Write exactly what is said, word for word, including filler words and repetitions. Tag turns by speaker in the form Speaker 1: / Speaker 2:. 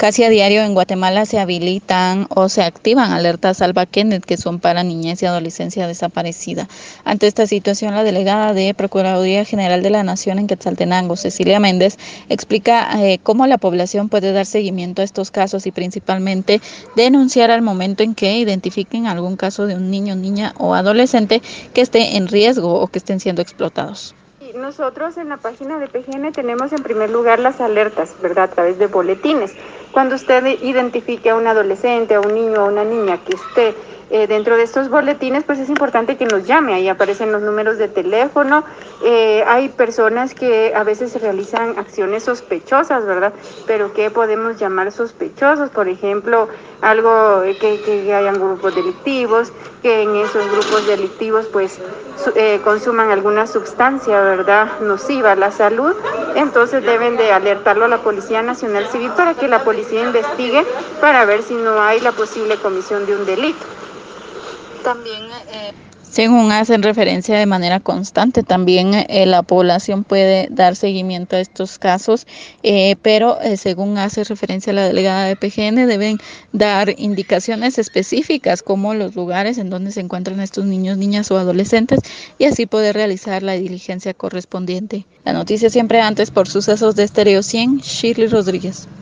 Speaker 1: Casi a diario en Guatemala se habilitan o se activan alertas Salva Kenneth, que son para niñez y adolescencia desaparecida. Ante esta situación, la delegada de Procuraduría General de la Nación en Quetzaltenango, Cecilia Méndez, explica eh, cómo la población puede dar seguimiento a estos casos y principalmente denunciar al momento en que identifiquen algún caso de un niño, niña o adolescente que esté en riesgo o que estén siendo explotados.
Speaker 2: Nosotros en la página de P G N tenemos en primer lugar las alertas, ¿verdad? A través de boletines. Cuando usted identifique a un adolescente, a un niño o una niña que esté eh, dentro de estos boletines, pues es importante que nos llame. Ahí aparecen los números de teléfono. Eh, hay personas que a veces realizan acciones sospechosas, ¿verdad? Pero ¿qué podemos llamar sospechosos? Por ejemplo, algo que, que hayan grupos delictivos, que en esos grupos delictivos pues eh, consuman alguna sustancia, ¿verdad?, nociva a la salud. Entonces deben de alertarlo a la Policía Nacional Civil para que la policía investigue para ver si no hay la posible comisión de un delito.
Speaker 1: También, eh, según hacen referencia de manera constante, también eh, la población puede dar seguimiento a estos casos, eh, pero eh, según hace referencia la delegada de P G N, deben dar indicaciones específicas como los lugares en donde se encuentran estos niños, niñas o adolescentes y así poder realizar la diligencia correspondiente. La noticia siempre antes por Sucesos de Estéreo cien, Shirley Rodríguez.